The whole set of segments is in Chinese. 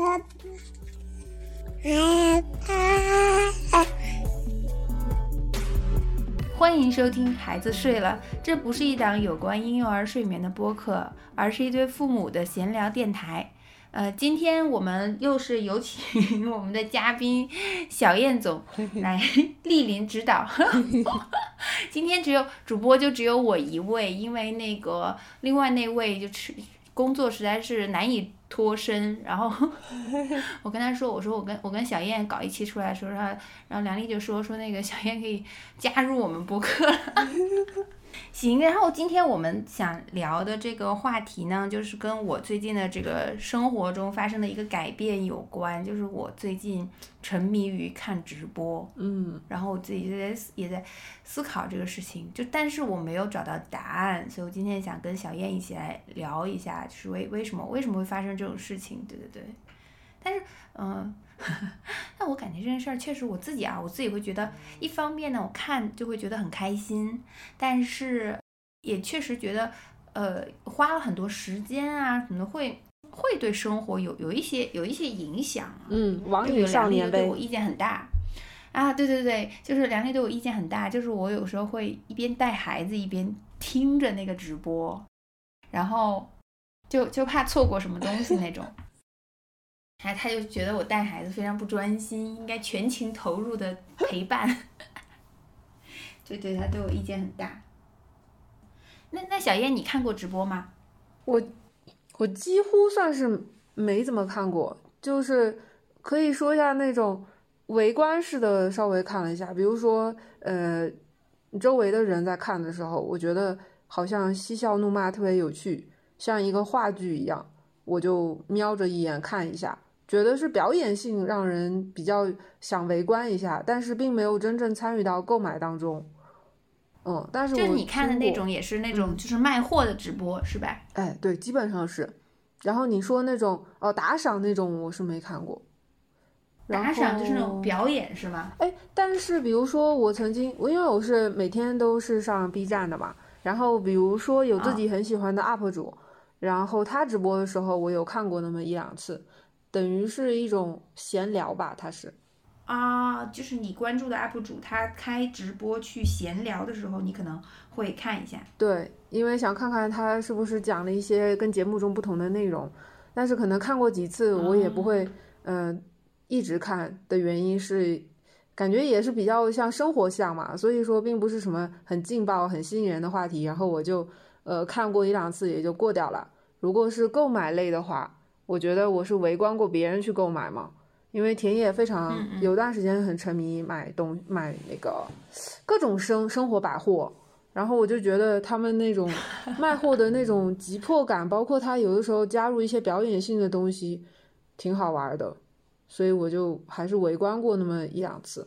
欢迎收听孩子睡了，这不是一档有关婴幼儿睡眠的播客，而是一对父母的闲聊电台。今天我们又是有请我们的嘉宾小燕总来莅临指导。今天主播就只有我一位，因为另外那位就是工作实在是难以脱身，然后我跟他说，我跟小燕搞一期出来说，然后梁丽就说那个小燕可以加入我们播客了。行，然后今天我们想聊的这个话题呢，就是跟我最近的这个生活中发生的一个改变有关，就是我最近沉迷于看直播，然后我自己也在思考这个事情，但是我没有找到答案，所以我今天想跟小燕一起来聊一下，就是为什么会发生这种事情，对，但是但我感觉这件事儿确实我自己会觉得，一方面呢我看就会觉得很开心，但是也确实觉得花了很多时间啊可能会对生活有一些影响， 网瘾少年呗， 对我意见很大啊，对，就是梁丽对我意见很大，就是我有时候会一边带孩子一边听着那个直播，然后就怕错过什么东西那种。他就觉得我带孩子非常不专心，应该全情投入的陪伴。对，他对我意见很大。那小燕，你看过直播吗？ 我几乎算是没怎么看过，就是可以说一下那种围观式的稍微看了一下，比如说周围的人在看的时候，我觉得好像嬉笑怒骂特别有趣，像一个话剧一样，我就瞄着一眼看一下，觉得是表演性让人比较想围观一下，但是并没有真正参与到购买当中。但是就你看的那种也是那种就是卖货的直播，是吧？ 哎，对，基本上是。然后你说那种打赏那种我是没看过。 打赏就是那种表演是吗？ 哎，但是比如说因为我是每天都是上 B 站的嘛，然后比如说有自己很喜欢的 UP 主，然后他直播的时候我有看过那么一两次，等于是一种闲聊吧，他是。 就是你关注的 UP 主他开直播去闲聊的时候，你可能会看一下。 对，因为想看看他是不是讲了一些跟节目中不同的内容，但是可能看过几次我也不会一直看的原因是感觉也是比较像生活向嘛，所以说并不是什么很劲爆很吸引人的话题，然后我就看过一两次也就过掉了。如果是购买类的话，我觉得我是围观过别人去购买嘛，因为田野非常有段时间很沉迷买那个各种生活百货，然后我就觉得他们那种卖货的那种急迫感，包括他有的时候加入一些表演性的东西挺好玩的，所以我就还是围观过那么一两次。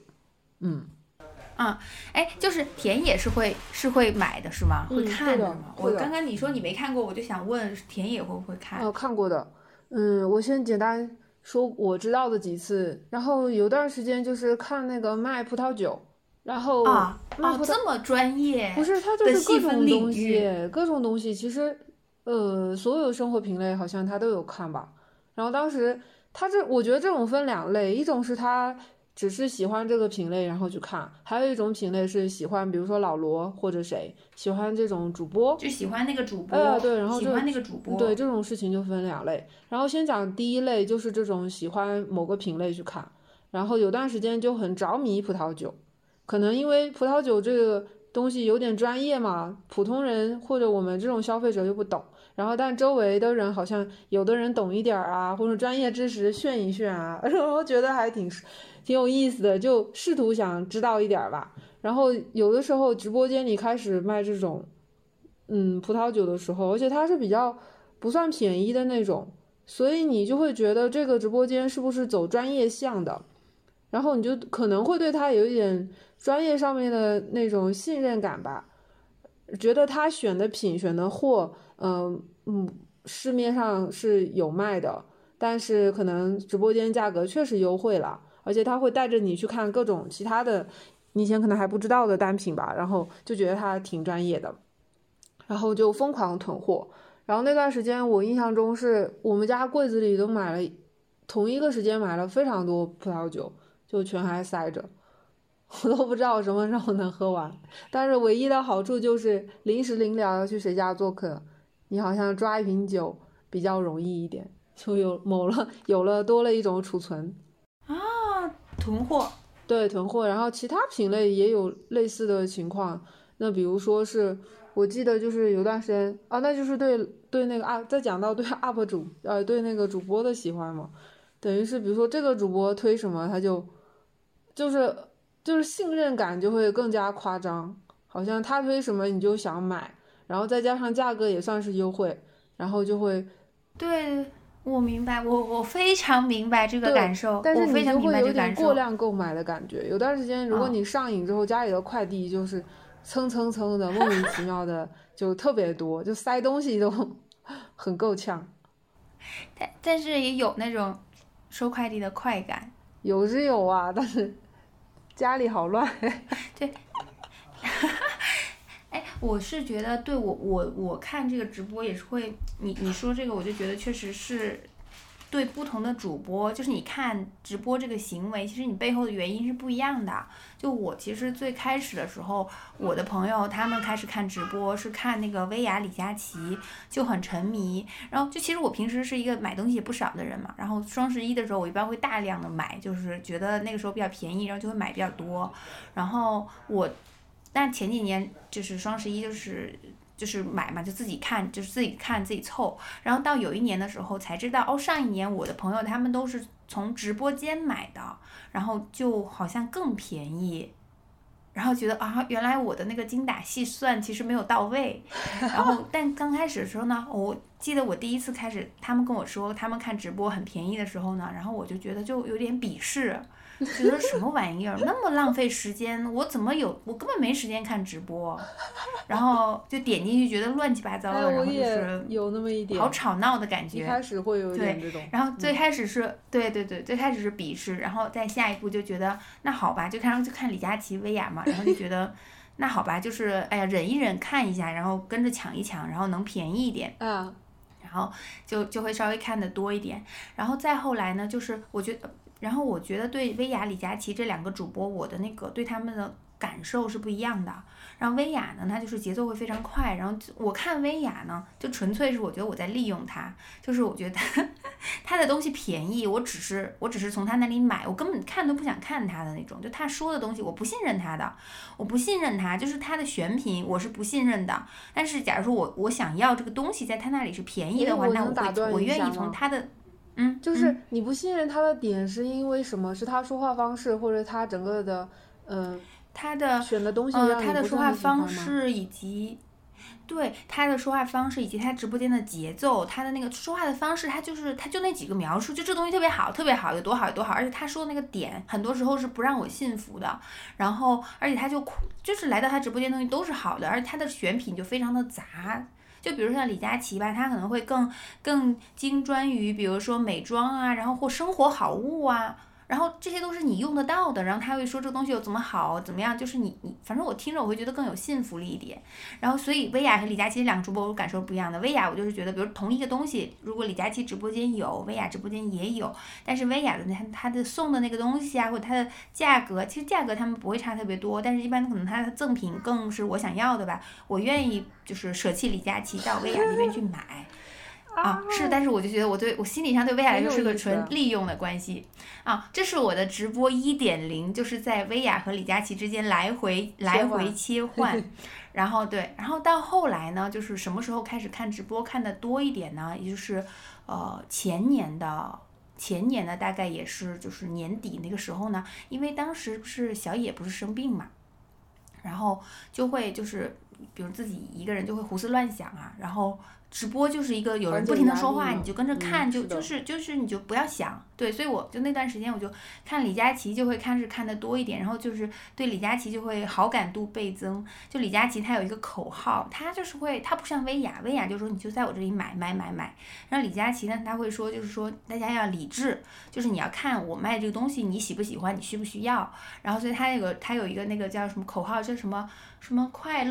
就是田野是会买的是吗？会看的吗？我刚刚你说你没看过，我就想问田野会不会看？ 看过的。我先简单说我知道的几次，然后有段时间就是看那个卖葡萄酒，然后这么专业？ 不是，它就是各种东西，其实所有生活品类好像他都有看吧。然后当时我觉得这种分两类，一种是他只是喜欢这个品类然后去看，还有一种品类是喜欢比如说老罗或者谁喜欢这种主播， 就喜欢那个主播， 对，然后喜欢那个主播， 对，这种事情就分两类。然后先讲第一类，就是这种喜欢某个品类去看，然后有段时间就很着迷葡萄酒，可能因为葡萄酒这个东西有点专业嘛，普通人或者我们这种消费者又不懂，然后但周围的人好像有的人懂一点啊，或者专业知识炫一炫啊，然后觉得还挺有意思的，就试图想知道一点吧。然后有的时候直播间里开始卖这种葡萄酒的时候，而且它是比较不算便宜的那种，所以你就会觉得这个直播间是不是走专业向的，然后你就可能会对他有一点专业上面的那种信任感吧，觉得他选的品选的货市面上是有卖的，但是可能直播间价格确实优惠了，而且他会带着你去看各种其他的你以前可能还不知道的单品吧，然后就觉得他挺专业的，然后就疯狂囤货。然后那段时间我印象中是我们家柜子里都同一个时间买了非常多葡萄酒，就全还塞着，我都不知道什么时候能喝完。但是唯一的好处就是临时临了要去谁家做客，你好像抓一瓶酒比较容易一点，就有了多了一种储存啊，囤货。 对，囤货。然后其他品类也有类似的情况，那比如说是我记得就是有段时间啊，那就是对那个再讲到对 UP 主对那个主播的喜欢嘛，等于是比如说这个主播推什么，他就是信任感就会更加夸张，好像他推什么你就想买，然后再加上价格也算是优惠，然后就会对。我明白，我非常明白这个感受， 但是你就会有点过量量购买的感觉。有段时间，如果你上瘾之后，家里的快递就是蹭蹭蹭的，莫名其妙的就特别多，就塞东西都很够呛。 但是也有那种收快递的快感， 有是有啊，但是家里好乱。 对。哎，我是觉得，对我看这个直播也是会，你说这个，我就觉得确实是对不同的主播，就是你看直播这个行为，其实你背后的原因是不一样的。就我其实最开始的时候，我的朋友他们开始看直播是看那个薇娅李佳琦，就很沉迷。然后就其实我平时是一个买东西也不少的人嘛，然后双十一的时候我一般会大量的买，就是觉得那个时候比较便宜，然后就会买比较多。然后但前几年就是双十一就是买嘛，就自己看，就是自己看自己凑。然后到有一年的时候才知道，上一年我的朋友他们都是从直播间买的，然后就好像更便宜。然后觉得原来我的那个精打细算其实没有到位。然后但刚开始的时候呢，我记得我第一次开始，他们跟我说他们看直播很便宜的时候呢，然后我就觉得就有点鄙视。觉得什么玩意儿那么浪费时间，我根本没时间看直播，然后就点进去觉得乱七八糟的，然后就是有那么一点好吵闹的感觉。 一开始会有一点这种， 然后最开始是对，最开始是鄙视，然后再下一步就觉得那好吧，就看李佳琦、薇娅嘛，然后就觉得那好吧，就是哎呀忍一忍看一下，然后跟着抢一抢，然后能便宜一点。然后就会稍微看得多一点，然后再后来呢，就是我觉得对薇娅、李佳琦这两个主播，我的那个对他们的感受是不一样的。然后薇娅呢，她就是节奏会非常快，然后我看薇娅呢，就纯粹是我觉得我在利用她，就是我觉得她的东西便宜，我只是从她那里买，我根本看都不想看她的那种，就她说的东西我不信任她的，就是她的选品我是不信任的。但是假如说我想要这个东西在她那里是便宜的话，那我愿意从她的就是你不信任他的点是因为什么？是他说话方式，或者他整个的他的选的东西他的说话方式以及他的说话方式以及他直播间的节奏，他的那个说话的方式，他就那几个描述，就这东西特别好，特别好，有多好有多好，而且他说的那个点很多时候是不让我信服的。然后而且他就是来到他直播间的东西都是好的，而且他的选品就非常的杂。就比如像李佳琦吧，他可能会更精专于比如说美妆啊，然后或生活好物啊，然后这些都是你用得到的，然后他会说这个东西有怎么好怎么样，就是你反正我听着我会觉得更有信服力一点。然后所以薇娅和李佳琦两个主播我感受不一样的。薇娅我就是觉得比如同一个东西，如果李佳琦直播间有，薇娅直播间也有，但是薇娅的他的送的那个东西啊，或者它的价格，其实价格他们不会差特别多，但是一般可能他的赠品更是我想要的吧，我愿意就是舍弃李佳琦到薇娅那边去买。是，但是我就觉得我心理上对薇娅来说是个纯利用的关系这是我的直播1.0，就是在薇娅和李佳琦之间来回切换。然后到后来呢，就是什么时候开始看直播看的多一点呢？也就是前年的大概也是就是年底那个时候呢，因为当时小野不是生病嘛，然后就会就是比如自己一个人就会胡思乱想然后直播就是一个有人不停的说话，你就跟着看，就是你就不要想。对，所以我就那段时间我就看李佳琦就会看得多一点，然后就是对李佳琦就会好感度倍增。就李佳琦他有一个口号，他不像薇娅就说你就在我这里买，然后李佳琦呢他会说就是说大家要理智，就是你要看我卖这个东西你喜不喜欢，你需不需要。然后所以他有一个那个叫什么口号，叫什么快乐购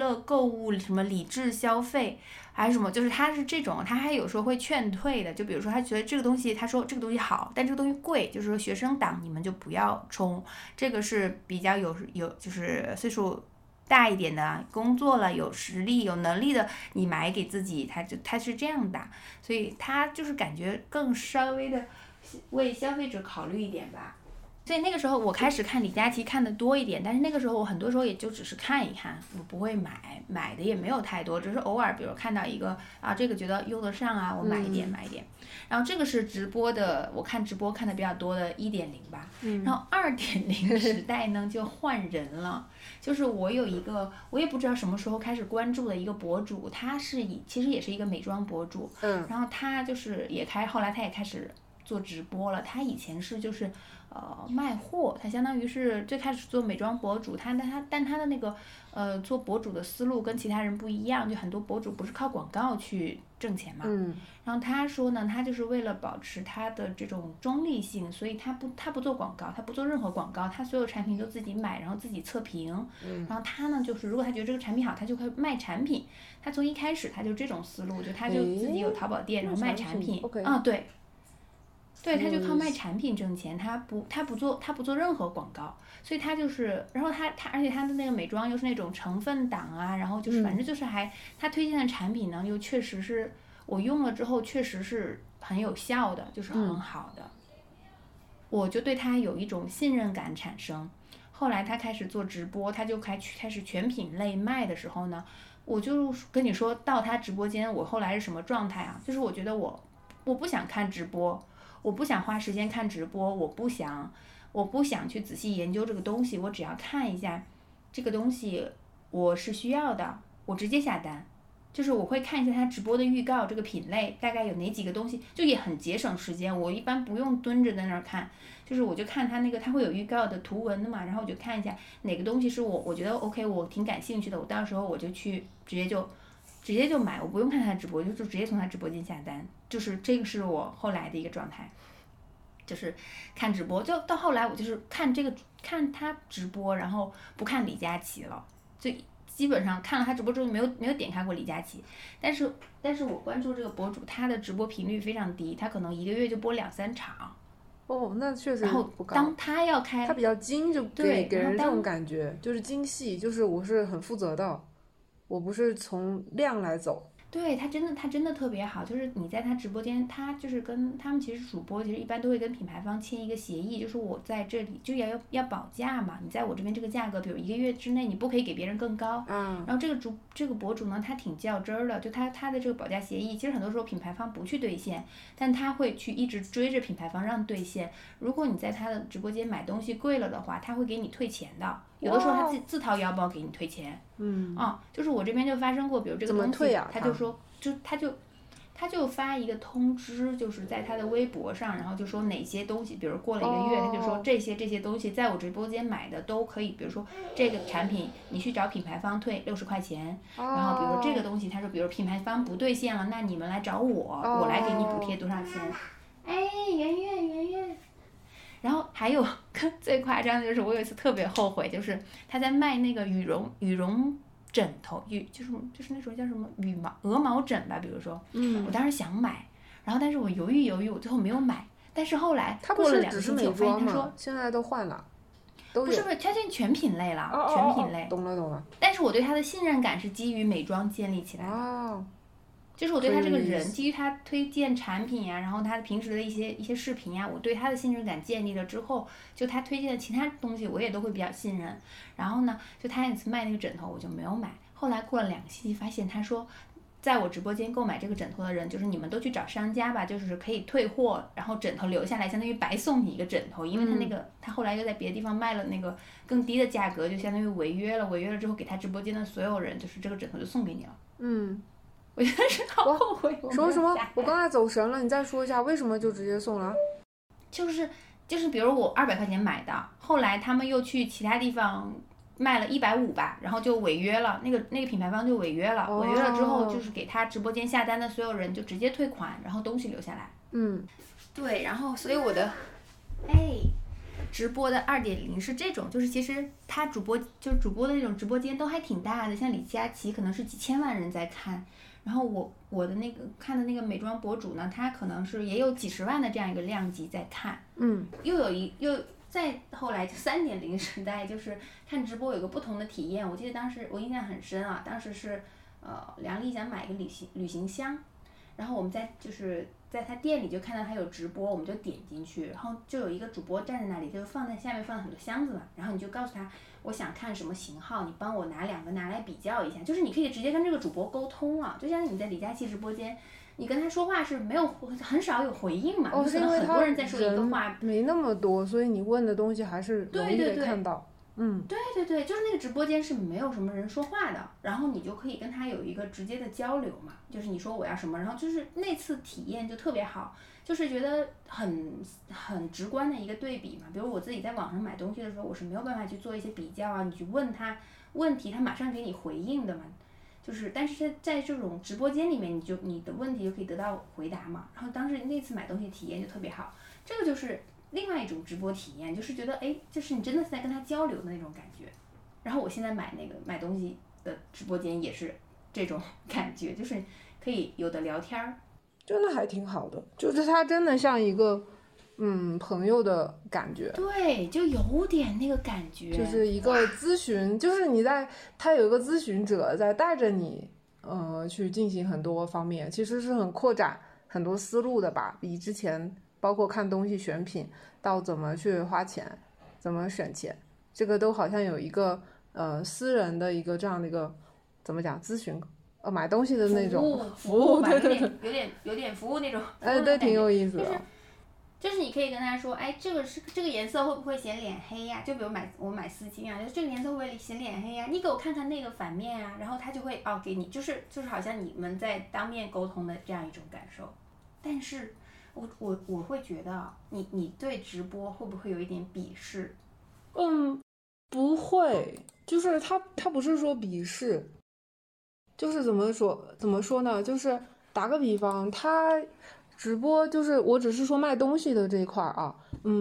购物什么理智消费还是什么，就是他是这种，他还有时候会劝退的，就比如说他觉得这个东西，他说这个东西好，但这个东西贵，就是说学生党你们就不要冲，这个是比较有就是岁数大一点的，工作了有实力有能力的，你买给自己，他是这样的，所以他就是感觉更稍微的为消费者考虑一点吧。所以那个时候我开始看李佳琦看的多一点，但是那个时候我很多时候也就只是看一看，我不会买的也没有太多，只是偶尔比如看到一个啊这个觉得用得上啊，我买一点。然后这个是直播的，我看直播看的比较多的1.0吧。然后2.0时代呢就换人了，就是我有一个我也不知道什么时候开始关注的一个博主，他是其实也是一个美妆博主，然后他就是后来他也开始做直播了。他以前是就是卖货，他相当于是最开始做美妆博主，但他的那个做博主的思路跟其他人不一样，就很多博主不是靠广告去挣钱嘛。然后他说呢，他就是为了保持他的这种中立性，所以他不做广告，他不做任何广告，他所有产品都自己买，然后自己测评。然后他呢就是如果他觉得这个产品好，他就会卖产品。他从一开始他就这种思路，就他就自己有淘宝店，然后卖产品。对，他就靠卖产品挣钱，他不做任何广告，所以他就是，然后而且他的那个美妆又是那种成分党啊，然后就是反正就是他推荐的产品呢又确实是我用了之后确实是很有效的，就是很好的，我就对他有一种信任感产生。后来他开始做直播，他就开始全品类卖的时候呢，我就跟你说到他直播间，我后来是什么状态啊？就是我觉得我不想看直播。我不想花时间看直播，我不想去仔细研究这个东西，我只要看一下这个东西我是需要的，我直接下单。就是我会看一下他直播的预告，这个品类大概有哪几个东西，就也很节省时间。我一般不用蹲着在那儿看，就是我就看他那个，他会有预告的图文的嘛，然后我就看一下哪个东西是我觉得 OK， 我挺感兴趣的，我到时候我就去直接就买，我不用看他直播，就直接从他直播间下单。就是这个是我后来的一个状态，就是看直播，就到后来我就是看他直播，然后不看李佳琦了，就基本上看了他直播之后没有点开过李佳琦。但是我关注这个博主，他的直播频率非常低，他可能1个月就播2-3场。 那确实然后不高。 当他要开， 他比较精，就给人这种感觉，就是精细，就是我是很负责的，我不是从量来走。 对，他真的特别好，就是你在他直播间，他就是跟他们其实主播其实一般都会跟品牌方签一个协议，就是我在这里就要保价嘛，你在我这边这个价格，比如1个月之内你不可以给别人更高。然后这个博主呢，他挺较真儿的，就他的这个保价协议，其实很多时候品牌方不去兑现，但他会去一直追着品牌方让兑现。如果你在他的直播间买东西贵了的话，他会给你退钱的。有的时候他自掏腰包给你退钱。就是我这边就发生过，比如这个东西，他就说，他就发一个通知，就是在他的微博上，然后就说哪些东西，比如过了1个月，他就说这些东西在我直播间买的都可以，比如说这个产品你去找品牌方退60块钱，然后比如说这个东西，他说比如品牌方不兑现了，那你们来找我，我来给你补贴多少钱。圆圆。然后还有最夸张的就是我有一次特别后悔，就是他在卖那个羽绒枕头，就是那种叫什么鹅毛枕吧，比如说，我当时想买，然后但是我犹豫，我最后没有买。但是后来过了2个星期，我发现他说现在都换了， 不是，他现在全品类了，全品类。 懂了。 但是我对他的信任感是基于美妆建立起来的。就是我对他这个人，基于他推荐产品呀，然后他平时的一些视频呀，我对他的信任感建立了之后，就他推荐的其他东西我也都会比较信任。然后呢，就他那次卖那个枕头我就没有买。后来过了2个星期，发现他说，在我直播间购买这个枕头的人，就是你们都去找商家吧，就是可以退货，然后枕头留下来，相当于白送你一个枕头，因为他后来又在别的地方卖了那个更低的价格，就相当于违约了之后给他直播间的所有人，就是这个枕头就送给你了。我觉得是好后悔。 什么？我刚才走神了，你再说一下为什么就直接送了？ 就是比如我200块钱买的，后来他们又去其他地方卖了150吧，然后就违约了，那个品牌方就违约了。违约了之后，就是给他直播间下单的所有人就直接退款，然后东西留下来。对，然后所以我的直播的2.0是这种，就是其实他主播就是主播的那种直播间都还挺大的，像李佳琦可能是几千万人在看，然后我的那个看的那个美妆博主呢，他可能是也有几十万的这样一个量级在看，又再后来就3.0时代，就是看直播有个不同的体验。我记得当时我印象很深啊，当时是梁丽想买一个旅行箱，然后我们就是在他店里就看到他有直播，我们就点进去，然后就有一个主播站在那里，就放在下面放了很多箱子嘛，然后你就告诉他我想看什么型号，你帮我拿2个拿来比较一下，就是你可以直接跟这个主播沟通了，就像你在李佳琦直播间。你跟他说话是没有很少有回应嘛？ 是因为很多人在说一个话， 没那么多，所以你问的东西还是容易被看到。 对，就是那个直播间是没有什么人说话的，然后你就可以跟他有一个直接的交流嘛，就是你说我要什么，然后就是那次体验就特别好，就是觉得很直观的一个对比嘛。比如我自己在网上买东西的时候，我是没有办法去做一些比较啊，你去问他问题，他马上给你回应的嘛。就是，但是在这种直播间里面，你的问题就可以得到回答嘛。然后当时那次买东西体验就特别好，这个就是另外一种直播体验，就是觉得就是你真的是在跟他交流的那种感觉。然后我现在买东西的直播间也是这种感觉，就是可以有的聊天儿， 真的还挺好的，就是他真的像一个朋友的感觉。 对，就有点那个感觉， 就是一个咨询，就是他有一个咨询者在带着你去进行很多方面，其实是很扩展很多思路的吧，比之前包括看东西选品到怎么去花钱怎么省钱，这个都好像有一个私人的一个这样的一个怎么讲咨询买东西的那种服务对， 有点服务那种， 对，挺有意思的。 就是你可以跟他说，这个颜色会不会显脸黑呀？就比如我买丝巾啊，就这个颜色会不会显脸黑呀？你给我看看那个反面啊，然后他就会给你，就是好像你们在当面沟通的这样一种感受。但是我会觉得你对直播会不会有一点鄙视？ 不会，就是他不是说鄙视，就是怎么说呢？就是打个比方，他直播就是我只是说卖东西的这一块啊，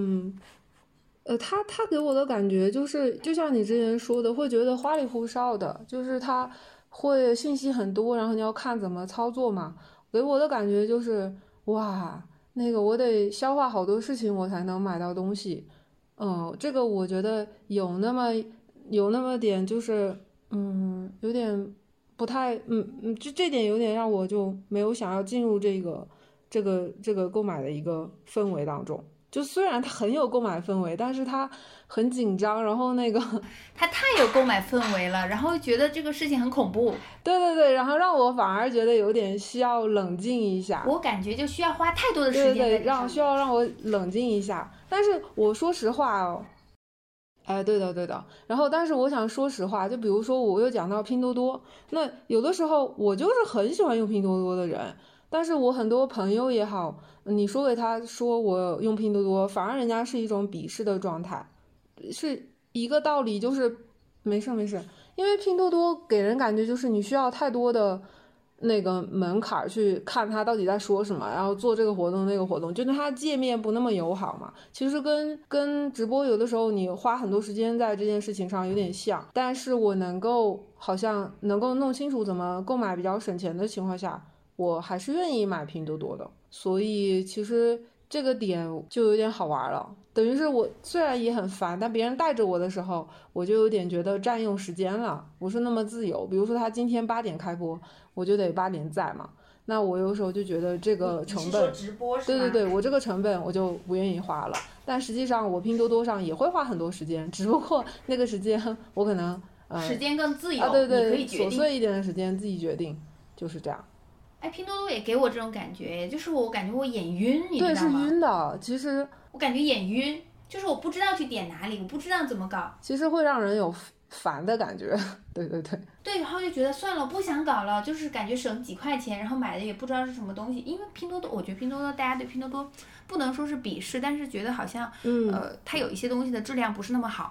他给我的感觉就是就像你之前说的，会觉得花里胡哨的，就是他会信息很多，然后你要看怎么操作嘛。给我的感觉就是哇，那个我得消化好多事情，我才能买到东西。这个我觉得有那么点就是有点不太这点有点让我就没有想要进入这个购买的一个氛围当中。就虽然它很有购买氛围，但是它很紧张，然后那个它太有购买氛围了，然后觉得这个事情很恐怖。 对，然后让我反而觉得有点需要冷静一下。 我感觉就需要花太多的时间对，需要让我冷静一下。但是我说实话哦，对的。然后，但是我想说实话，就比如说我又讲到拼多多，那有的时候我就是很喜欢用拼多多的人，但是我很多朋友也好，你说给他说我用拼多多，反而人家是一种鄙视的状态，是一个道理，就是没事，因为拼多多给人感觉就是你需要太多的那个门槛去看他到底在说什么，然后做这个活动那个活动，就对他界面不那么友好嘛。其实跟直播有的时候你花很多时间在这件事情上有点像，但是我好像能够弄清楚怎么购买比较省钱的情况下，我还是愿意买拼多多的。所以其实这个点就有点好玩了，等于是我虽然也很烦，但别人带着我的时候，我就有点觉得占用时间了，不是那么自由。比如说他今天8点开播，我就得8点在嘛，那我有时候就觉得这个成本， 你是说直播是吗？ 对，我这个成本我就不愿意花了。但实际上我拼多多上也会花很多时间，只不过那个时间我可能时间更自由， 对， 你可以决定琐碎一点的时间自己决定，就是这样。 拼多多也给我这种感觉，就是我感觉我眼晕，你知道吗？ 对，是晕的。其实我感觉眼晕，就是我不知道去点哪里，我不知道怎么搞。 其实会让人有烦的感觉。对。 对，然后就觉得算了，我不想搞了，就是感觉省几块钱，然后买的也不知道是什么东西。因为拼多多，我觉得拼多多大家对拼多多不能说是鄙视，但是觉得好像它有一些东西的质量不是那么好嘛。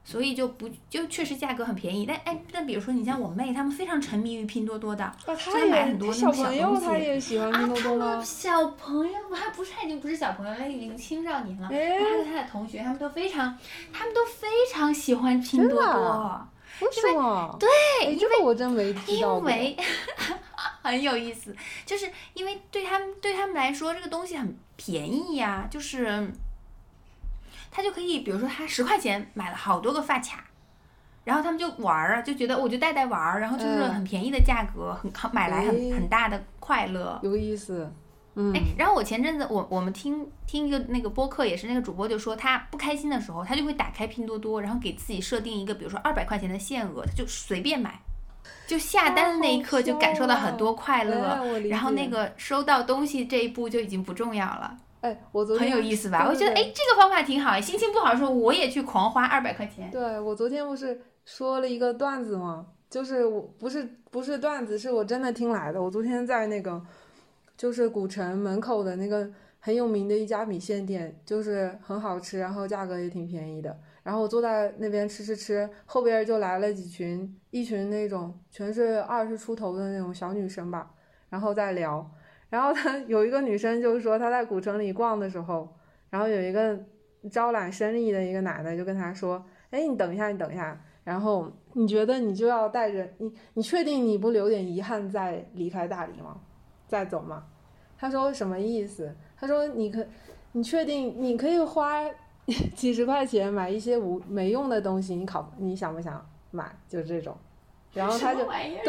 所以就确实价格很便宜。但比如说你像我妹，她们非常沉迷于拼多多的， 她买很多那种小东西。 小朋友她也喜欢拼多多吗？ 小朋友他已经不是小朋友了，已经青少年了。他和他的同学，他们都非常喜欢拼多多。 为什么？ 对， 这个我真没知道过。 因为很有意思，就是因为对他们来说，这个东西很便宜呀，就是他就可以，比如说他10块钱买了好多个发卡，然后他们就玩啊，就觉得我就带玩，然后就是很便宜的价格，买来很大的快乐， 有意思。 然后我前阵子我们听一个那个播客，也是那个主播就说他不开心的时候，他就会打开拼多多，然后给自己设定一个比如说200块钱的限额，他就随便买，就下单的那一刻就感受到很多快乐，然后那个收到东西这一步就已经不重要了。 我昨天很有意思吧？我觉得这个方法挺好，心情不好的时候我也去狂花200块钱。 对，我昨天不是说了一个段子吗？就是我不是段子，是我真的听来的。我昨天在那个就是古城门口的那个很有名的一家米线店，就是很好吃，然后价格也挺便宜的。然后我坐在那边吃，后边就来了一群那种全是20出头的那种小女生吧，然后在聊。然后有一个女生就是说她在古城里逛的时候，然后有一个招揽生意的一个奶奶就跟她说，你等一下，然后你觉得你就要带着你确定你不留点遗憾再离开大理吗？再走吗？他说什么意思？他说你确定你可以花几十块钱买一些没用的东西，你想不想买？就这种。然后他就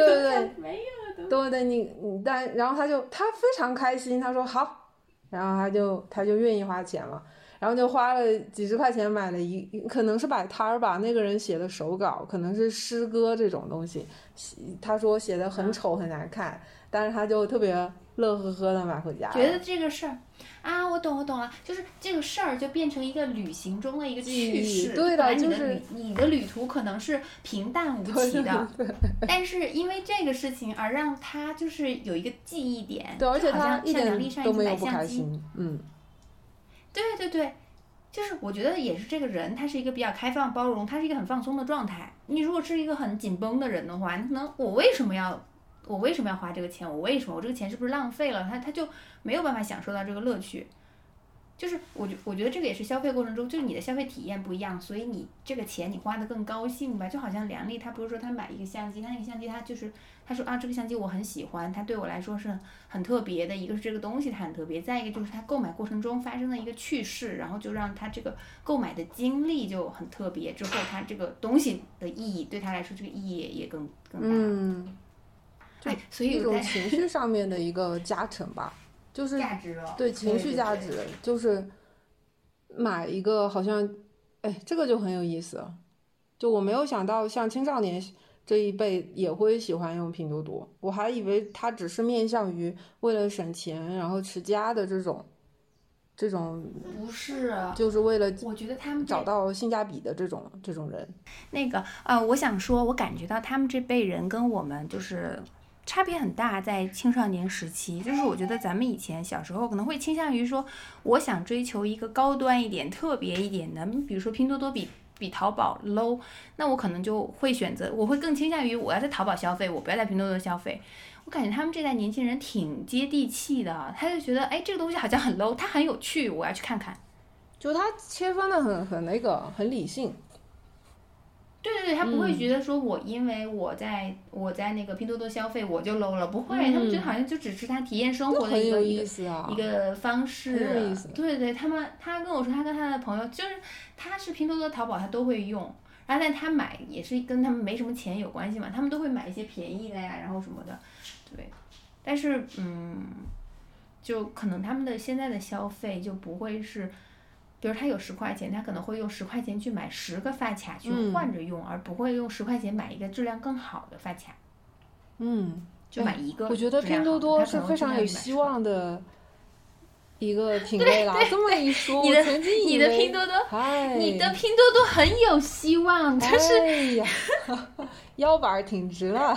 对，然后他非常开心，他说好，然后他就愿意花钱了，然后就花了几十块钱买了可能是摆摊儿吧，那个人写的手稿，可能是诗歌这种东西，他说写的很丑很难看，但是他就特别乐呵呵的买回家了。 觉得这个事儿啊，我懂了，就是这个事儿就变成一个旅行中的一个趣事。 对的，就是你的旅途可能是平淡无奇的，但是因为这个事情而让他就是有一个记忆点。 对，而且他一点都没有不开心。 对，就是我觉得也是这个人，他是一个比较开放包容，他是一个很放松的状态。你如果是一个很紧绷的人的话，你可能我为什么要花这个钱？我这个钱是不是浪费了？他就没有办法享受到这个乐趣。就是我觉得这个也是消费过程中，就是你的消费体验不一样，所以你这个钱你花得更高兴吧。就好像梁丽她不是说她买一个相机，她那个相机她说啊这个相机我很喜欢，它对我来说是很特别的。一个是这个东西它很特别，再一个就是它购买过程中发生的一个趣事，然后就让它这个购买的经历就很特别。之后它这个东西的意义对他来说这个意义也更大。所以一种情绪上面的一个加成吧。就是价值了， 对情绪价值，就是买一个好像，这个就很有意思了。就我没有想到，像青少年这一辈也会喜欢用拼多多，我还以为它只是面向于为了省钱然后持家的这种， 不是， 就是为了我觉得他们找到性价比的这种人。 那个我想说，我感觉到他们这辈人跟我们就是差别很大，在青少年时期，就是我觉得咱们以前小时候可能会倾向于说，我想追求一个高端一点、特别一点的，比如说拼多多比淘宝 low， 那我可能就会选择，我会更倾向于我要在淘宝消费，我不要在拼多多消费。我感觉他们这代年轻人挺接地气的，他就觉得这个东西好像很 low， 它很有趣，我要去看看。 就他切分的很理性。 对，他不会觉得说我因为我在那个拼多多消费我就 low 了，不会，他们觉得好像就只是他体验生活的一个方式。 很有意思。 对，他跟我说他跟他的朋友就是他是拼多多淘宝他都会用，然后但他买也是跟他们没什么钱有关系嘛，他们都会买一些便宜的呀，然后什么的，对。但是就可能他们的现在的消费就不会是。比如他有10块钱，他可能会用10块钱去买10个发卡去换着用，而不会用10块钱买一个质量更好的发卡。就买一个。 我觉得拼多多是非常有希望的一个品类啦。这么一说，我曾经以为你的拼多多很有希望，就是腰板挺直了。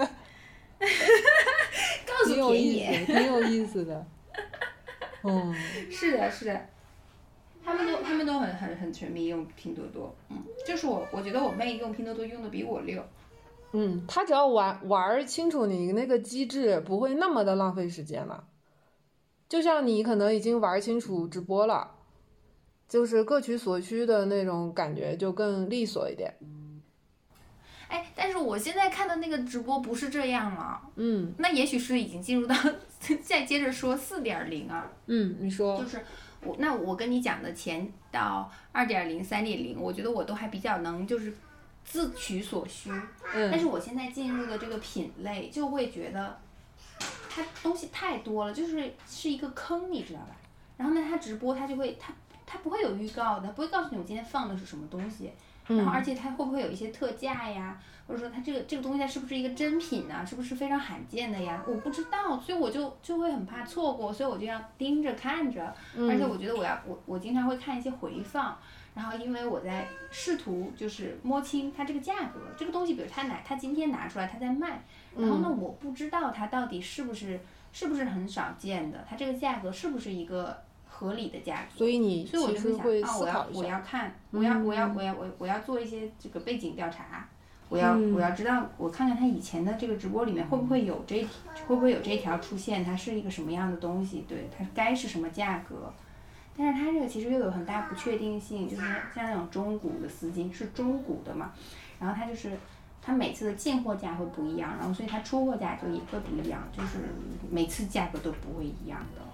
告诉田野， 挺有意思的。 是的。他们们都很沉迷用拼多多，就是我觉得我妹用拼多多用的比我溜。 他只要玩清楚你那个机制，不会那么的浪费时间了。就像你可能已经玩清楚直播了，就是各取所需的那种感觉就更利索一点。 但是我现在看的那个直播不是这样了。那也许是已经进入到再接着说4.0啊。 你说。 就是我跟你讲的前到2.0、3.0，我觉得我都还比较能就是自取所需。但是我现在进入的这个品类就会觉得它东西太多了，是一个坑，你知道吧？然后呢，它直播它就会它不会有预告的，不会告诉你我今天放的是什么东西。然后而且它会不会有一些特价呀，或者说它这个东西它是不是一个真品呢？是不是非常罕见的呀？我不知道，所以我就会很怕错过，所以我就要盯着看着。而且我觉得我经常会看一些回放，然后因为我在试图就是摸清它这个价格，这个东西比如它今天拿出来它在卖，然后呢我不知道它到底是不是很少见的，它这个价格是不是一个合理的价格。 所以我就会想我要看，我要做一些这个背景调查，我要知道，我看看他以前的这个直播里面会不会有这一条出现，它是一个什么样的东西，对，它该是什么价格。但是它这个其实又有很大不确定性，就是像那种中古的丝巾是中古的嘛，然后它每次的进货价会不一样，然后所以它出货价就也会不一样，就是每次价格都不会一样的。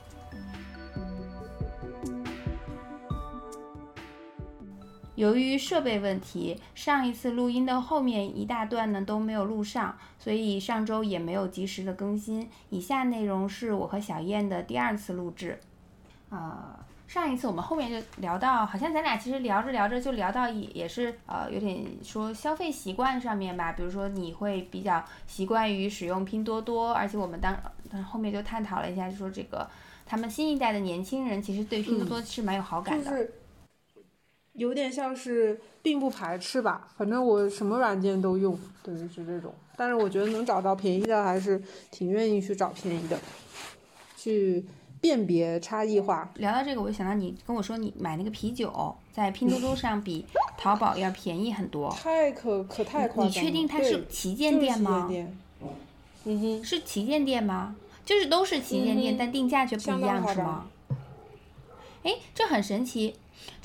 由于设备问题，上一次录音的后面一大段呢都没有录上，所以上周也没有及时的更新。以下内容是我和小燕的第2次录制。上一次我们后面就聊到，好像咱俩其实聊着聊着就聊到也是有点说消费习惯上面吧，比如说你会比较习惯于使用拼多多，而且我们后面就探讨了一下，就说这个他们新一代的年轻人其实对拼多多是蛮有好感的。 就是有点像是并不排斥吧，反正我什么软件都用，对，是这种。但是我觉得能找到便宜的还是挺愿意去找便宜的，去辨别差异化。 聊到这个，我就想到你跟我说你买那个啤酒在拼多多上比淘宝要便宜很多。 太夸张了。 你确定它是旗舰店吗？ 是旗舰店吗？就是都是旗舰店，但定价却不一样，是吗？这很神奇，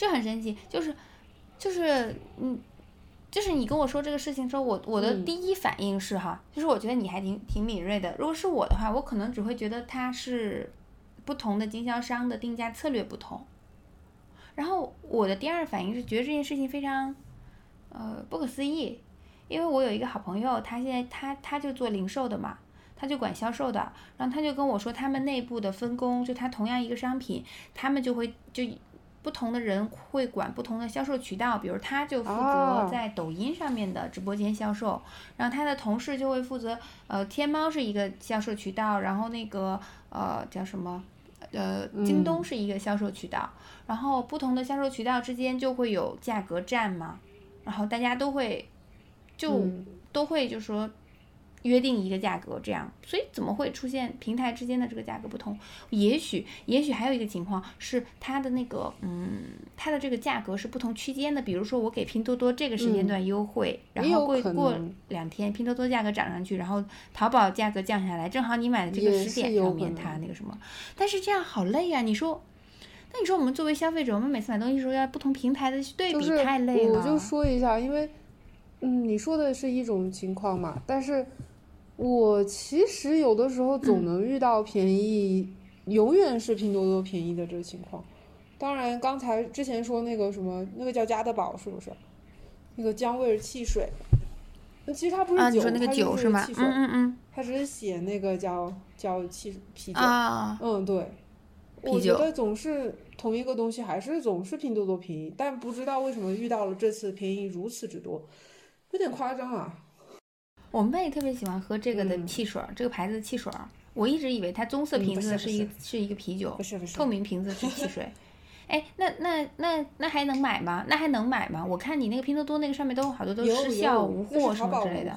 就是你跟我说这个事情的时候，我的第一反应是就是我觉得你还挺敏锐的。如果是我的话，我可能只会觉得它是不同的经销商的定价策略不同。然后我的第2反应是觉得这件事情非常不可思议，因为我有一个好朋友，他现在他就做零售的嘛。他就管销售的，然后他就跟我说他们内部的分工，就他同样一个商品，他们就不同的人会管不同的销售渠道，比如他就负责在抖音上面的直播间销售，然后他的同事就会负责天猫是一个销售渠道，然后那个叫什么京东是一个销售渠道，然后不同的销售渠道之间就会有价格战嘛，然后大家都会就说约定一个价格，这样，所以怎么会出现平台之间的这个价格不同？也许还有一个情况是它的那个它的这个价格是不同区间的，比如说我给拼多多这个时间段优惠，然后过2天拼多多价格涨上去，然后淘宝价格降下来，正好你买的这个时点上面它那个什么，但是这样好累啊！你说我们作为消费者，我们每次买东西的时候要不同平台的去对比，太累了。 我就说一下，因为你说的是一种情况嘛，但是我其实有的时候总能遇到便宜，永远是拼多多便宜的这个情况。当然刚才之前说那个什么，那个叫加德宝是不是？那个姜味汽水，其实它不是酒， 你说那个酒是吗？ 它只是写那个叫啤酒对， 我觉得总是同一个东西还是总是拼多多便宜，但不知道为什么遇到了这次便宜如此之多，有点夸张啊。 我妹特别喜欢喝这个的汽水，这个牌子的汽水，我一直以为它棕色瓶子是一个啤酒， 不是透明瓶子是汽水。那还能买吗？我看你那个拼多多那个上面都有好多都失效无货什么之类的。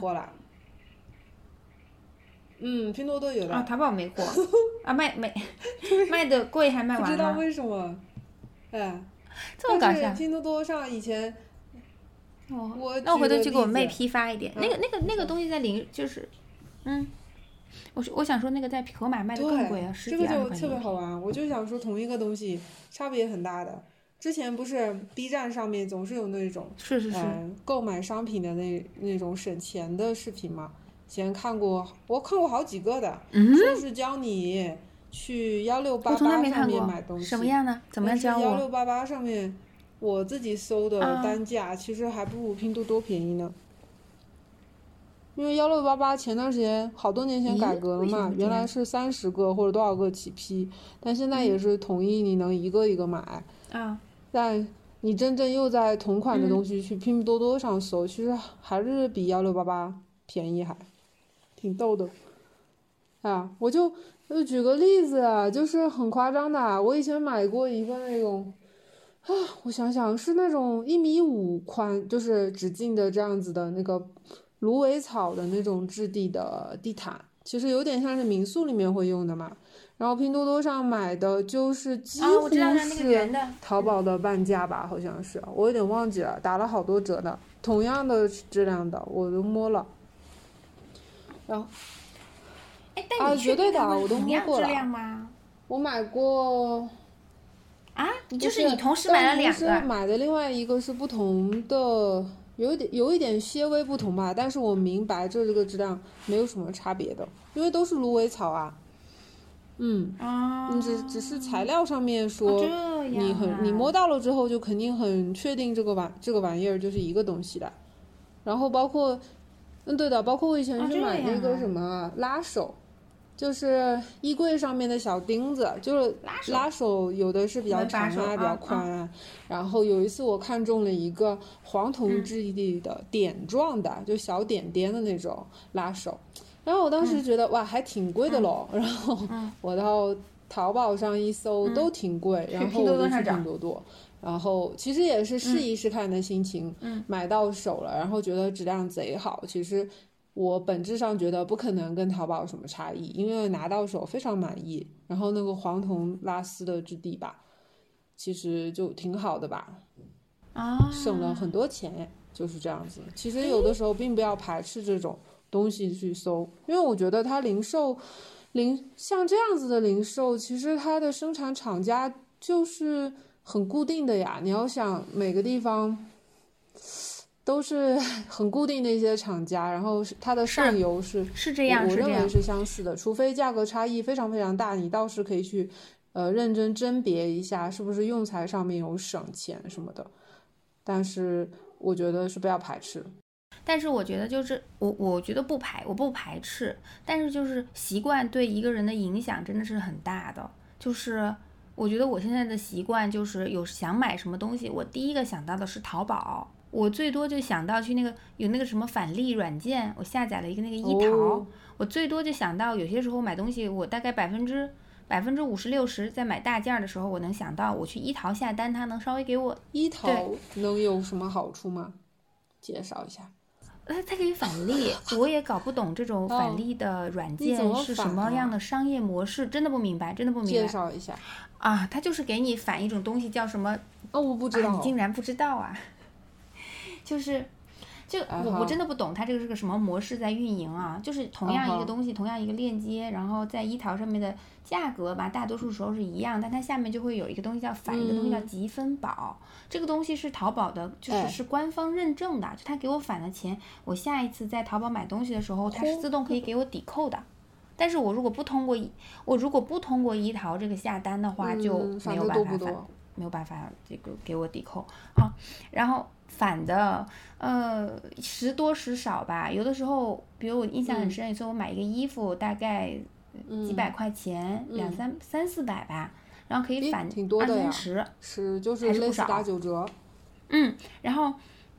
拼多多有的淘宝没货卖的贵还卖完了， 不知道为什么。 这么搞笑。 但是拼多多上以前， 那我回头去给我妹批发一点。那个东西在就是我想说那个在盒马卖的更贵啊， 这个就特别好玩。我就想说同一个东西差别很大的。之前不是 B 站上面总是有那种购买商品的那种省钱的视频嘛？以前我看过好几个的，说是教你去1688上面买东西。 什么样的？怎么样教我 ？1688上面我自己搜的单价其实还不如拼多多便宜呢。因为1688前段时间好多年前改革了嘛，原来是30个或者多少个起批，但现在也是统一你能一个一个买。但你真正又在同款的东西去拼多多上搜，其实还是比1688便宜，还挺逗的。我就举个例子啊，就是很夸张的。我以前买过一个那种我想想是那种1.5米宽，就是直径的这样子的那个芦苇草的那种质地的地毯，其实有点像是民宿里面会用的嘛。然后拼多多上买的就是几乎是淘宝的半价吧，好像是，我有点忘记了，打了好多折的，同样的质量的我都摸了。然后绝对的，我都摸过了。我买过你就是你同时买了2个？ 买的另外一个是不同的，有一点些微不同吧，但是我明白这个质量没有什么差别的，因为都是芦苇草啊。只是材料上面说你摸到了之后就肯定很确定这个玩意儿就是一个东西的。然后包括对的，包括我以前去买那个什么拉手，就是衣柜上面的小钉子，就是拉手有的是比较长啊，比较宽啊。然后有一次我看中了一个黄铜质地的点状的，就小点点的那种拉手。然后我当时觉得哇还挺贵的咯，然后我到淘宝上一搜都挺贵，然后我就去拼多多，然后其实也是试一试看的心情，买到手了，然后觉得质量贼好。其实我本质上觉得不可能跟淘宝有什么差异，因为拿到手非常满意，然后那个黄铜拉丝的质地吧，其实就挺好的吧，省了很多钱，就是这样子。其实有的时候并不要排斥这种东西去搜，因为我觉得它像这样子的零售，其实它的生产厂家就是很固定的呀。你要想每个地方都是很固定的一些厂家，然后它的上游是这样， 我认为是相似的，除非价格差异非常非常大，你倒是可以去认真甄别一下是不是用材上面有省钱什么的，但是我觉得是不要排斥。 但是我觉得就是我觉得我不排斥，但是就是习惯对一个人的影响真的是很大的。就是我觉得我现在的习惯就是有想买什么东西，我第一个想到的是淘宝，我最多就想到去有那个什么返利软件，我下载了一个那个一淘，我最多就想到有些时候买东西，我大概50%、60%在买大件的时候，我能想到我去一淘下单，它能稍微给我。 一淘能有什么好处吗？介绍一下。 它可以返利，我也搞不懂这种返利的软件是什么样的商业模式，真的不明白。 介绍一下啊，它就是给你返一种东西叫什么？ 我不知道。 你竟然不知道啊？我真的不懂它这个是个什么模式在运营啊？就是同样一个东西，同样一个链接，然后在一淘上面的价格吧，大多数时候是一样，但它下面就会有一个东西叫返，一个东西叫积分宝。这个东西是淘宝的，是官方认证的，就它给我返的钱，我下一次在淘宝买东西的时候，它是自动可以给我抵扣的。但是我如果不通过一淘这个下单的话，就没有办法这个给我抵扣啊。然后返的时多时少吧，有的时候比如我印象很深，有时候我买一个衣服大概几百块钱，300-400吧，然后可以返20-30%， 是就是类似打9折。 然后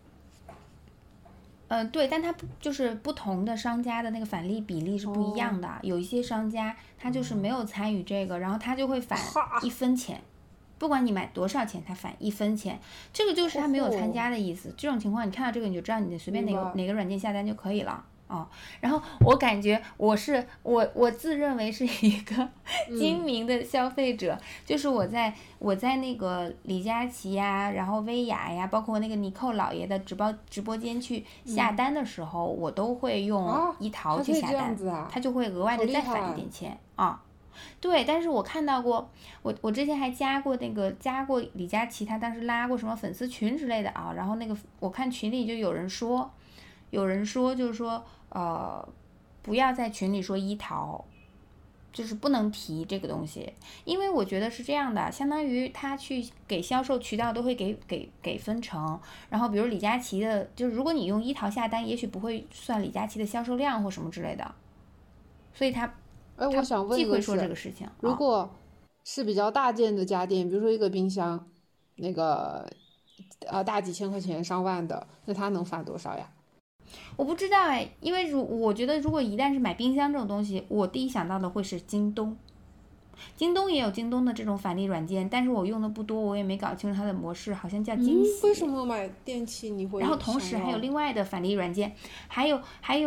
对，但它就是不同的商家的那个返利比例是不一样的，有一些商家他就是没有参与这个，然后他就会返1分钱。不管你买多少钱，他返1分钱，这个就是他没有参加的意思。这种情况，你看到这个你就知道你随便哪个软件下单就可以了然后我感觉我自认为是一个精明的消费者，就是我在那个李佳琦呀，然后薇娅呀，包括那个尼寇老爷的直播间去下单的时候，我都会用一淘去下单，他就会额外的再返一点钱啊。对，但是我看到过，我之前还加过李佳琦，他当时拉过什么粉丝群之类的啊，然后那个我看群里就有人说就是说不要在群里说一淘，就是不能提这个东西，因为我觉得是这样的，相当于他去给销售渠道都会给分成，然后比如李佳琦的，就是如果你用一淘下单，也许不会算李佳琦的销售量或什么之类的，所以我想问忌讳说这个事情。 如果是比较大件的家电，比如说一个冰箱，那个大几千块钱上万的，那他能返多少呀？ 我不知道哎，因为我觉得如果一旦是买冰箱这种东西，我第一想到的会是京东也有京东的这种返利软件，但是我用的不多，我也没搞清楚它的模式，好像叫惊喜。 为什么买电器你会？ 然后同时还有另外的返利软件，还有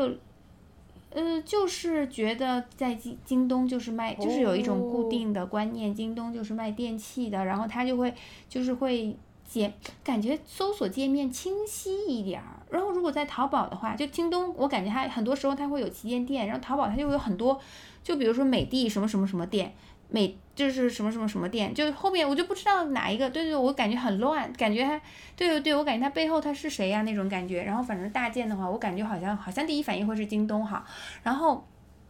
就是觉得在京东就是卖，就是有一种固定的观念，京东就是卖电器的，然后它就会感觉搜索界面清晰一点儿。然后如果在淘宝的话，就京东我感觉它很多时候它会有旗舰店，然后淘宝它就会有很多，就比如说美的什么什么什么店，就是什么什么什么店，就后面我就不知道哪一个，对，我感觉很乱，感觉它对，我感觉它背后它是谁呀那种感觉。然后反正大件的话，我感觉好像第一反应会是京东哈。然后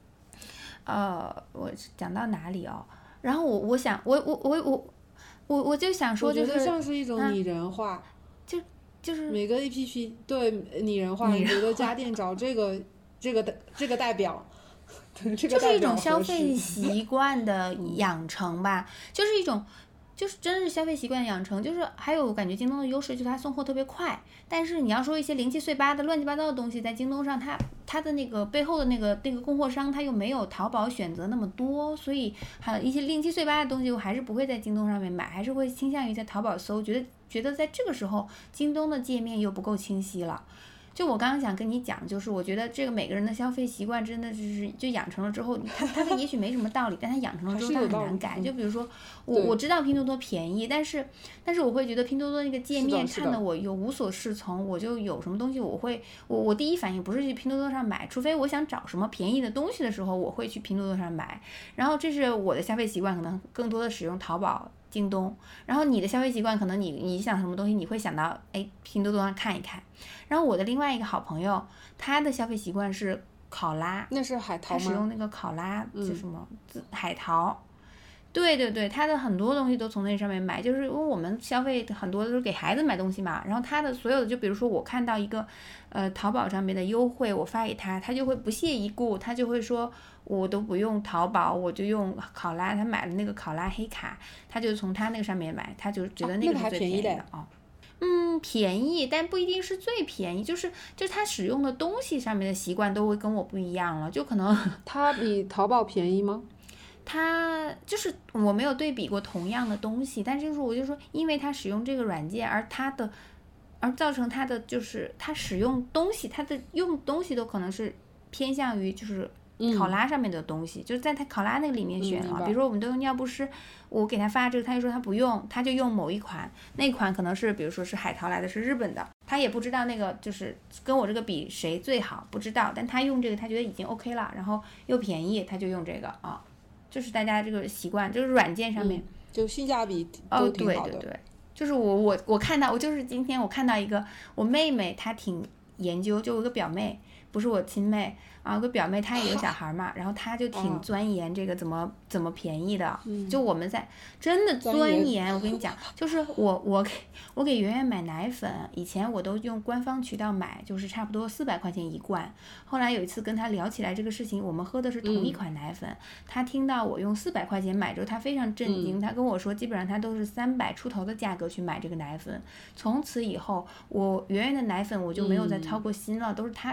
我讲到哪里哦？然后我想我就想说，就是我觉得像是一种拟人化， 就是每个 APP 对拟人化，你觉得家电找这个代表， 就是一种消费习惯的养成吧，就是一种。就是真的是消费习惯养成，就是还有我感觉京东的优势就是它送货特别快，但是你要说一些零七碎八的乱七八糟的东西，在京东上它的那个背后的那个供货商，它又没有淘宝选择那么多，所以还有一些零七碎八的东西，我还是不会在京东上面买，还是会倾向于在淘宝搜，觉得在这个时候京东的界面又不够清晰了。就我刚刚想跟你讲，就是我觉得这个每个人的消费习惯真的就养成了之后，它也许没什么道理，但它养成了之后它很难改。就比如说我知道拼多多便宜，但是我会觉得拼多多那个界面看得我又无所适从，我就有什么东西我第一反应不是去拼多多上买，除非我想找什么便宜的东西的时候，我会去拼多多上买。然后这是我的消费习惯，可能更多的使用淘宝、京东。然后你的消费习惯，可能你想什么东西，你会想到拼多多上看一看。然后我的另外一个好朋友，他的消费习惯是考拉， 那是海淘吗？ 他使用那个考拉就什么海淘，对，他的很多东西都从那上面买，就是因为我们消费很多都是给孩子买东西嘛，然后他的所有的就比如说我看到一个淘宝上面的优惠，我发给他，他就会不屑一顾，他就会说我都不用淘宝，我就用考拉，他买了那个考拉黑卡，他就从他那个上面买，他就觉得那个是最便宜的啊。便宜，但不一定是最便宜，就是他使用的东西上面的习惯都会跟我不一样了，就可能它比淘宝便宜吗？ 它就是我没有对比过同样的东西，但是我就说，因为他使用这个软件，而造成他的就是他使用东西，他的用东西都可能是偏向于就是考拉上面的东西，就是在他考拉那个里面选了，比如说我们都用尿不湿，我给他发这个，他就说他不用，他就用某一款，那款可能是比如说是海淘来的，是日本的，他也不知道那个就是跟我这个比谁最好，不知道，但他用这个他觉得已经 OK 了，然后又便宜，他就用这个啊，就是大家这个习惯，就是软件上面就性价比都挺好的。 对，就是我看到，我就是今天我看到一个我妹妹，她挺研究，就有个表妹，不是我亲妹啊，有个表妹她也有小孩嘛，然后她就挺钻研这个怎么便宜的，就我们在真的钻研，我跟你讲，就是我给圆圆买奶粉，以前我都用官方渠道买，就是差不多400块钱一罐，后来有一次跟她聊起来这个事情，我们喝的是同一款奶粉，她听到我用400块钱买之后，她非常震惊，她跟我说基本上她都是300出头的价格去买这个奶粉，从此以后我圆圆的奶粉我就没有再操过心了，都是她看到什么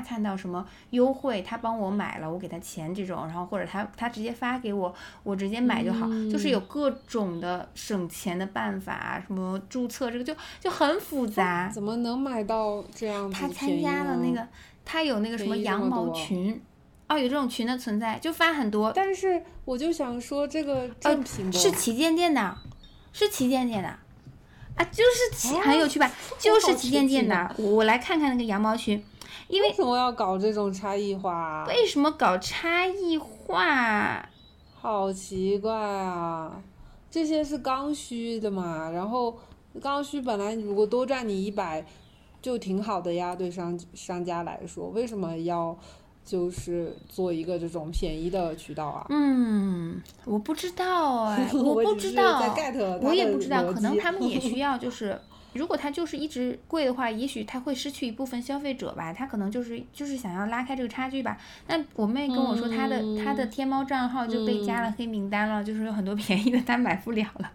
么优惠，他帮我买了，我给他钱这种，然后或者他直接发给我，我直接买就好，就是有各种的省钱的办法，什么注册这个就很复杂。 怎么能买到这样子他便宜参加了那个，他有那个什么羊毛群。哦，有这种群的存在，就发很多。 但是我就想说，这个正品不？ 是旗舰店的，是旗舰店的，啊，就是很有趣吧？就是旗舰店的。我来看看那个羊毛裙，因为什么要搞这种差异化？ 为什么搞差异化？ 好奇怪啊！这些是刚需的嘛，然后刚需本来如果多赚你100，就挺好的呀，对商家来说，为什么要？就是做一个这种便宜的渠道啊。 我不知道哎，我不知道，我也不知道，可能他们也需要，就是如果他就是一直贵的话，也许他会失去一部分消费者吧，他可能就是想要拉开这个差距吧。那我妹跟我说，他的天猫账号就被加了黑名单了，就是有很多便宜的他买不了了，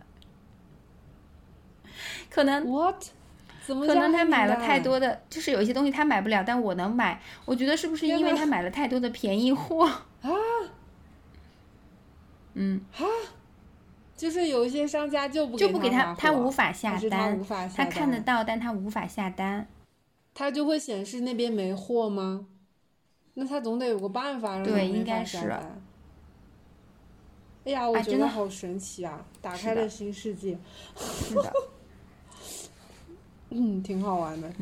可能。 What？可能他买了太多的，就是有一些东西他买不了，但我能买。我觉得是不是因为他买了太多的便宜货啊？就是有一些商家就不给他， 他无法下单， 他看得到，但他无法下单。 他就会显示那边没货吗？那他总得有个办法让他对，应该是。 哎呀，我觉得好神奇啊！打开了新世界。 是的。 挺好玩的。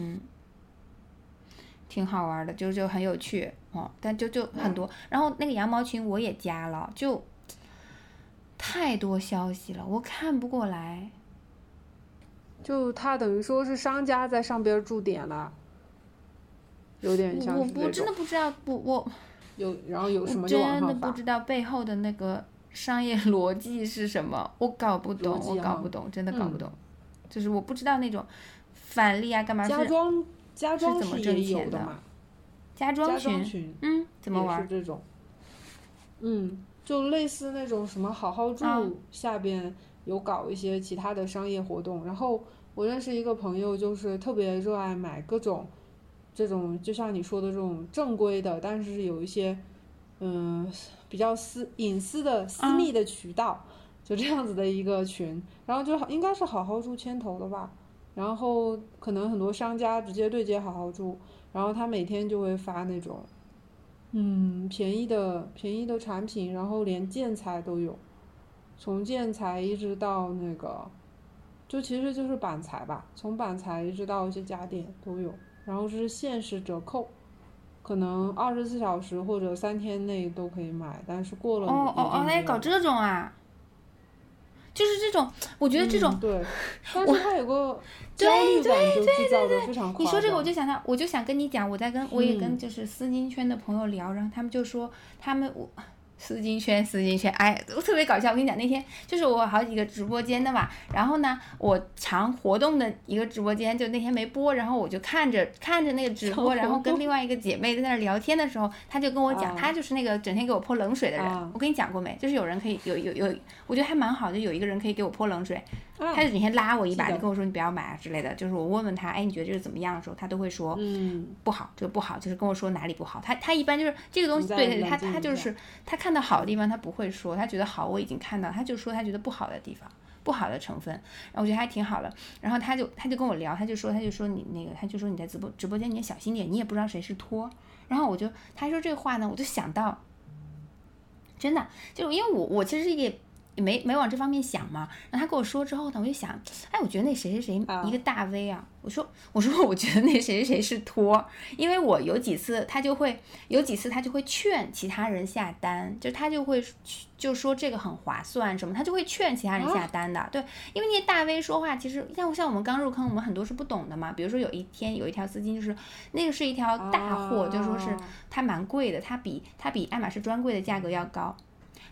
挺好玩的，就很有趣哦。但就很多，然后那个羊毛群我也加了，就太多消息了，我看不过来。 就他等于说是商家在上边驻点了，有点像是这种。 我真的不知道，我然后有什么就往上发。 真的不知道背后的那个商业逻辑是什么，我搞不懂，真的搞不懂。就是我不知道那种。返利啊，干嘛是？ 家装是怎么挣钱的嘛？ 家装群，怎么玩？ 也是这种，就类似那种什么好好住下边有搞一些其他的商业活动。然后我认识一个朋友，就是特别热爱买各种这种，就像你说的这种正规的，但是有一些比较隐私的私密的渠道，就这样子的一个群。然后就应该是好好住牵头的吧。然后可能很多商家直接对接好好住，然后他每天就会发那种，便宜的产品，然后连建材都有，从建材一直到那个，就其实就是板材吧，从板材一直到一些家电都有，然后是限时折扣，可能24小时或者3天内都可以买，但是过了那搞这种啊。就是这种，我觉得这种， 对，但是它有个焦虑感就制造的非常夸张。 你说这个我就想跟你讲，我也跟就是丝巾圈的朋友聊，然后他们就说丝巾圈，哎，特别搞笑。我跟你讲，那天就是我好几个直播间的嘛，然后呢，我常活动的一个直播间就那天没播，然后我就看着那个直播，然后跟另外一个姐妹在那聊天的时候，她就跟我讲，她就是那个整天给我泼冷水的人。我跟你讲过没？就是有人可以有，我觉得还蛮好，就有一个人可以给我泼冷水，他就整天拉我一把，就跟我说你不要买啊之类的。就是我问他，哎，你觉得这个怎么样的时候，他都会说，不好，这个不好，就是跟我说哪里不好。他一般就是这个东西，对他就是他看到好的地方他不会说，他觉得好我已经看到，他就说他觉得不好的地方，不好的成分，然后我觉得还挺好的。然后他就跟我聊，他就说你那个，他就说你在直播间你也小心点，你也不知道谁是托。然后他说这个话呢，我就想到，真的就因为我其实也没往这方面想嘛。然后他跟我说之后呢，我就想，哎，我觉得那谁一个大 V 啊，我说我觉得那谁是托，因为我有几次他就会劝其他人下单，就他就会就说这个很划算什么，他就会劝其他人下单的。对，因为那些大 V 说话其实像我们刚入坑，我们很多是不懂的嘛。比如说有一天有一条丝巾，就是那个是一条大货，就说是它蛮贵的，它比爱马仕专柜的价格要高。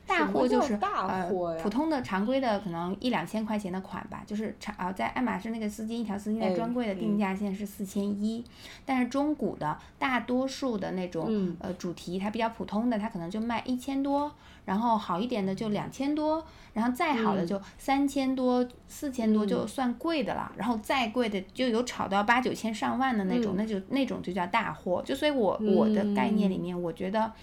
大货就是大货呀普通的常规的可能1-2千块钱的款吧，就是在爱马仕那个丝巾一条丝巾在专柜的定价现在是4100，但是中古的大多数的那种主题它比较普通的，它可能就卖1000多，然后好一点的就2000多，然后再好的就3000多、4000多就算贵的了，然后再贵的就有炒到8-9千上万的那种，那种就叫大货。就所以我的概念里面，我觉得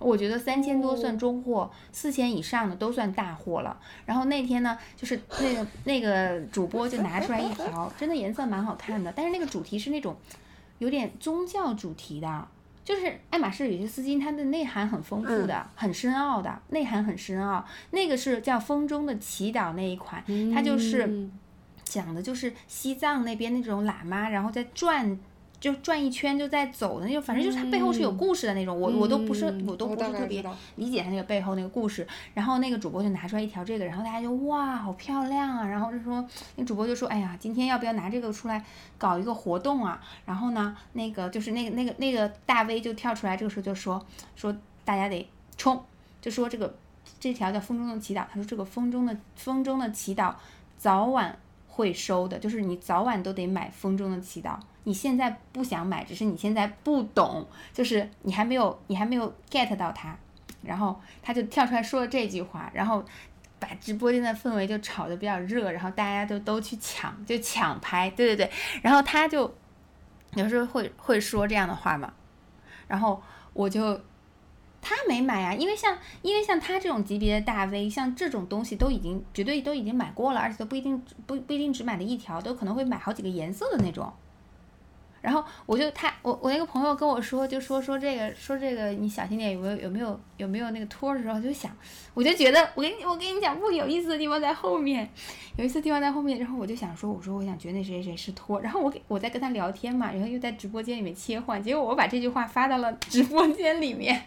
3000多算中货，4000以上的都算大货了。然后那天呢，就是那个主播就拿出来一条，真的颜色蛮好看的，但是那个主题是那种有点宗教主题的。就是爱马仕有些丝巾，它的内涵很丰富的，很深奥的，内涵很深奥。那个是叫风中的祈祷那一款，它就是讲的就是西藏那边那种喇嘛，然后在转一圈就在走的那种，反正就是它背后是有故事的那种。我都不是特别理解它那个背后那个故事。然后那个主播就拿出来一条这个，然后大家就哇好漂亮啊，然后就说那主播就说哎呀今天要不要拿这个出来搞一个活动啊？然后呢那个就是那个大 V 就跳出来，这个时候就说大家得冲，就说这条叫风中的祈祷，他说这个风中的祈祷早晚会收的，就是你早晚都得买风中的祈祷。你现在不想买，只是你现在不懂，就是你还没有 get 到它。然后他就跳出来说了这句话，然后把直播间的氛围就炒得比较热，然后大家都去抢拍，对，然后他就有时候会说这样的话嘛，然后他没买啊，因为像他这种级别的大 V， 像这种东西绝对都已经买过了，而且都不一定只买了一条，都可能会买好几个颜色的那种。然后我那个朋友跟我说，就说这个你小心点，有没有那个托的时候，我就觉得我跟你讲不有意思的地方在后面，然后我就想说，我想觉得那谁谁是托，然后我在跟他聊天嘛，然后又在直播间里面切换，结果我把这句话发到了直播间里面。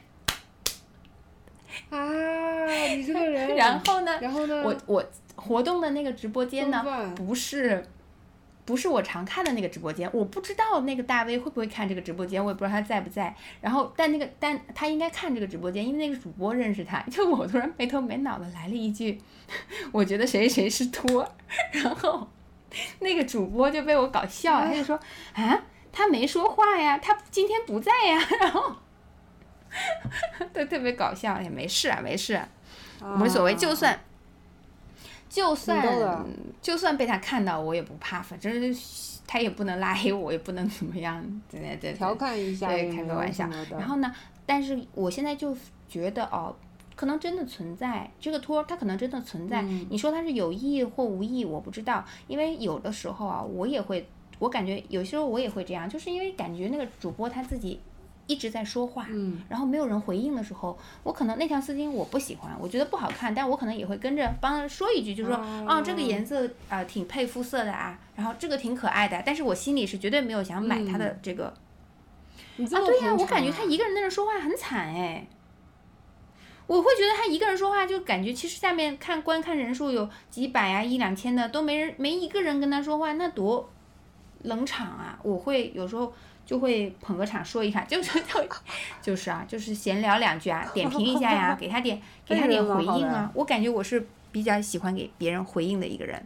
啊，你这个人。 然后呢？我活动的那个直播间呢，不是我常看的那个直播间，我不知道那个大 V 会不会看这个直播间，我也不知道他在不在。然后但他应该看这个直播间，因为那个主播认识他。就我突然没头没脑的来了一句，我觉得谁谁是托，然后那个主播就被我搞笑了，他就说啊，他没说话呀，他今天不在呀，然后都特别搞笑，也没事，没所谓，就算被他看到我也不怕，反正他也不能拉黑我，也不能怎么样，对， 调侃一下， 对，开个玩笑。然后呢，但是我现在就觉得可能真的存在这个托，它可能真的存在。你说它是有意或无意，我不知道，因为有的时候我感觉有时候我也会这样，就是因为感觉那个主播他自己一直在说话，然后没有人回应的时候，我可能那条丝巾我不喜欢，我觉得不好看，但我可能也会跟着帮他说一句，就是说这个颜色挺配肤色的啊，然后这个挺可爱的，但是我心里是绝对没有想买它的这个。对呀，我感觉他一个人在那说话很惨哎，我会觉得他一个人说话就感觉其实下面观看人数有几百啊1-2千的都没一个人跟他说话，那多冷场啊！我会有时候就会捧个场说一下，就是闲聊两句啊，点评一下呀，给他点回应啊。我感觉我是比较喜欢给别人回应的一个人。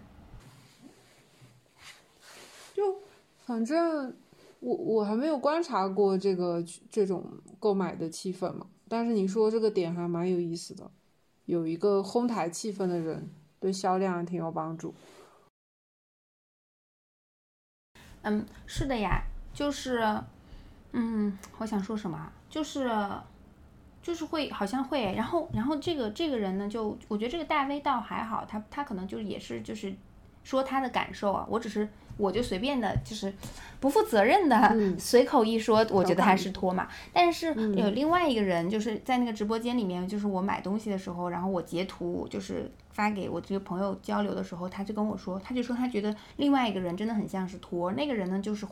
就反正我还没有观察过这种购买的气氛嘛，但是你说这个点还蛮有意思的，有一个哄抬气氛的人对销量挺有帮助。 是的呀，就是我想说什么，就是会好像会，然后这个人呢，就我觉得这个大 V 倒还好，他可能就也是就是说他的感受啊，我就随便的，就是不负责任的随口一说，我觉得他是托嘛。但是有另外一个人，就是在那个直播间里面，就是我买东西的时候，然后我截图就是发给我这个朋友交流的时候，他就跟我说，他觉得另外一个人真的很像是托。那个人呢，就是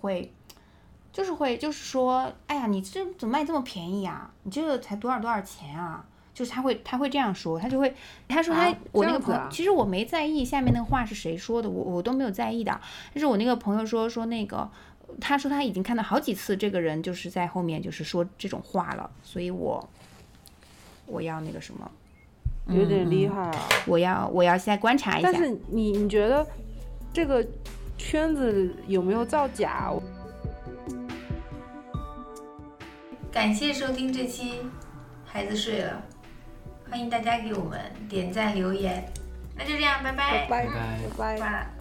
说，哎呀，你这怎么卖这么便宜啊？你这个才多少钱啊？就是他会这样说，他说我那个朋友，其实我没在意下面那个话是谁说的，我都没有在意的。但是我那个朋友说那个，他说他已经看到好几次这个人就是在后面就是说这种话了，所以我要那个什么， 有点厉害啊。 我要再观察一下。 但是你觉得这个圈子有没有造假？ 感谢收听这期孩子睡了，欢迎大家给我们点赞留言。那就这样，拜拜， 拜拜拜。